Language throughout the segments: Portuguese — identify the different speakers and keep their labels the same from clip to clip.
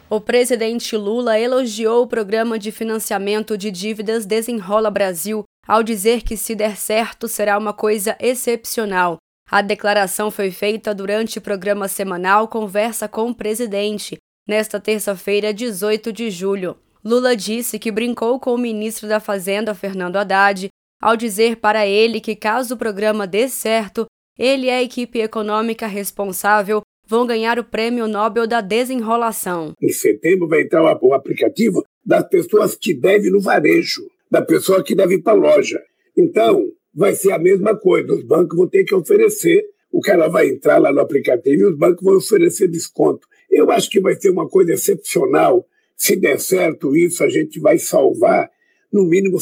Speaker 1: O presidente Lula elogiou o programa de financiamento de dívidas Desenrola Brasil, ao dizer que, se der certo, será uma coisa excepcional. A declaração foi feita durante o programa semanal Conversa com o Presidente, nesta terça-feira, 18 de julho. Lula disse que brincou com o ministro da Fazenda, Fernando Haddad, ao dizer para ele que, caso o programa dê certo, ele e a equipe econômica responsável vão ganhar o Prêmio Nobel da Desenrolação.
Speaker 2: Em setembro vai entrar o aplicativo das pessoas que devem no varejo, da pessoa que deve ir para a loja. Então, vai ser a mesma coisa. Os bancos vão ter que oferecer, o cara vai entrar lá no aplicativo e os bancos vão oferecer desconto. Eu acho que vai ser uma coisa excepcional. Se der certo isso, a gente vai salvar no mínimo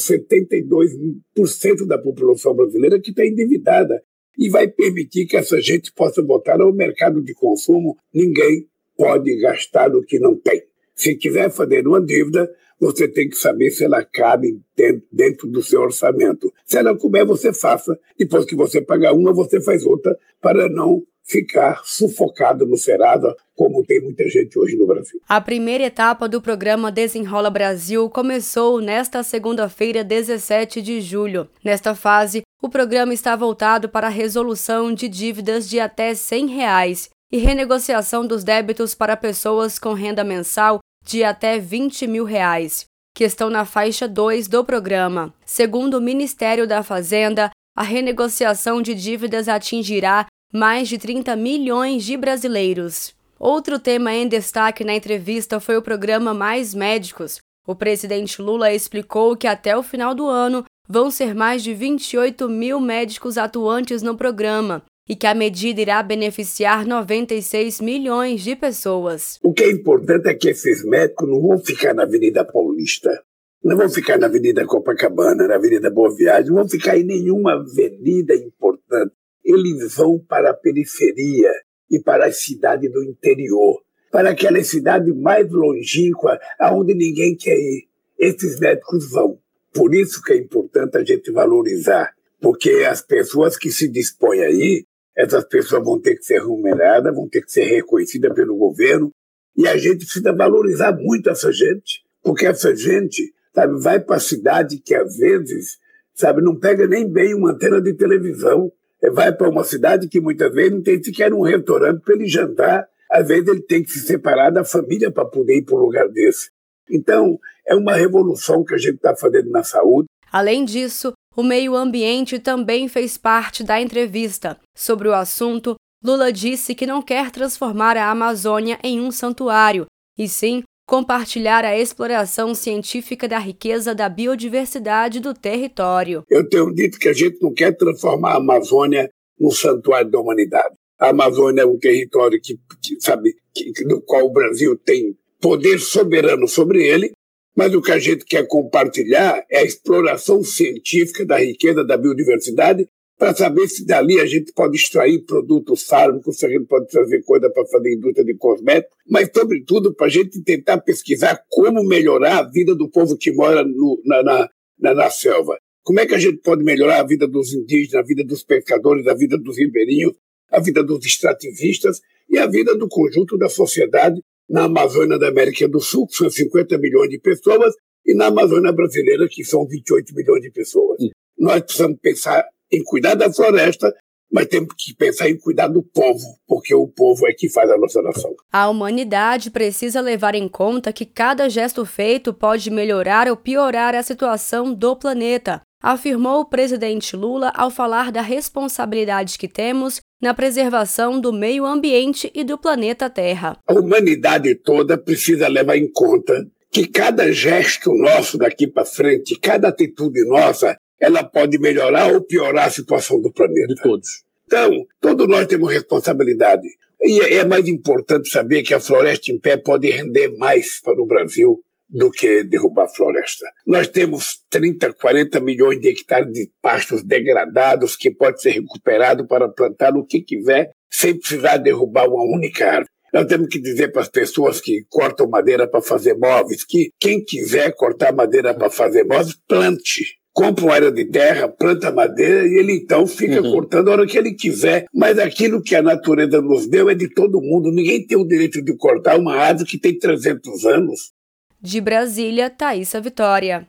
Speaker 2: 72% da população brasileira que está endividada. E vai permitir que essa gente possa voltar ao mercado de consumo. Ninguém pode gastar o que não tem. Se quiser fazer uma dívida, você tem que saber se ela cabe dentro do seu orçamento. Se ela couber, você faça. Depois que você pagar uma, você faz outra, para não ficar sufocado no Serasa, como tem muita gente hoje no Brasil.
Speaker 1: A primeira etapa do programa Desenrola Brasil começou nesta segunda-feira, 17 de julho. Nesta fase, o programa está voltado para a resolução de dívidas de até R$ 100 e renegociação dos débitos para pessoas com renda mensal de até R$ 20 mil, que estão na faixa 2 do programa. Segundo o Ministério da Fazenda, a renegociação de dívidas atingirá mais de 30 milhões de brasileiros. Outro tema em destaque na entrevista foi o programa Mais Médicos. O presidente Lula explicou que até o final do ano vão ser mais de 28 mil médicos atuantes no programa e que a medida irá beneficiar 96 milhões de pessoas.
Speaker 2: O que é importante é que esses médicos não vão ficar na Avenida Paulista, não vão ficar na Avenida Copacabana, na Avenida Boa Viagem, não vão ficar em nenhuma avenida importante. Eles vão para a periferia e para a cidade do interior, para aquela cidade mais longínqua, aonde ninguém quer ir. Esses médicos vão. Por isso que é importante a gente valorizar, porque as pessoas que se dispõem aí, essas pessoas vão ter que ser remuneradas, vão ter que ser reconhecidas pelo governo, e a gente precisa valorizar muito essa gente, porque essa gente, sabe, vai para a cidade que às vezes, sabe, não pega nem bem uma antena de televisão, vai para uma cidade que muitas vezes não tem sequer um restaurante para ele jantar, às vezes ele tem que se separar da família para poder ir para um lugar desse. Então, é uma revolução que a gente está fazendo na saúde.
Speaker 1: Além disso, o meio ambiente também fez parte da entrevista. Sobre o assunto, Lula disse que não quer transformar a Amazônia em um santuário, e sim compartilhar a exploração científica da riqueza da biodiversidade do território.
Speaker 2: Eu tenho dito que a gente não quer transformar a Amazônia num santuário da humanidade. A Amazônia é um território no qual o Brasil tem poder soberano sobre ele, mas o que a gente quer compartilhar é a exploração científica da riqueza da biodiversidade para saber se dali a gente pode extrair produtos fármacos, se a gente pode trazer coisa para fazer indústria de cosméticos, mas, sobretudo, para a gente tentar pesquisar como melhorar a vida do povo que mora na selva. Como é que a gente pode melhorar a vida dos indígenas, a vida dos pescadores, a vida dos ribeirinhos, a vida dos extrativistas e a vida do conjunto da sociedade na Amazônia da América do Sul, que são 50 milhões de pessoas, e na Amazônia brasileira, que são 28 milhões de pessoas. Nós precisamos pensar em cuidar da floresta, mas temos que pensar em cuidar do povo, porque o povo é que faz a nossa nação.
Speaker 1: A humanidade precisa levar em conta que cada gesto feito pode melhorar ou piorar a situação do planeta, afirmou o presidente Lula ao falar da responsabilidade que temos na preservação do meio ambiente e do planeta Terra.
Speaker 2: A humanidade toda precisa levar em conta que cada gesto nosso daqui para frente, cada atitude nossa, ela pode melhorar ou piorar a situação do planeta.
Speaker 3: De todos.
Speaker 2: Então, todos nós temos responsabilidade. E é mais importante saber que a floresta em pé pode render mais para o Brasil do que derrubar a floresta. Nós temos 30, 40 milhões de hectares de pastos degradados que pode ser recuperado para plantar o que quiser, sem precisar derrubar uma única árvore. Nós temos que dizer para as pessoas que cortam madeira para fazer móveis que quem quiser cortar madeira para fazer móveis, plante. compra uma área de terra, planta madeira e ele então fica cortando a hora que ele quiser. Mas aquilo que a natureza nos deu é de todo mundo. Ninguém tem o direito de cortar uma árvore que tem 300 anos.
Speaker 1: De Brasília, Thaísa Vitória.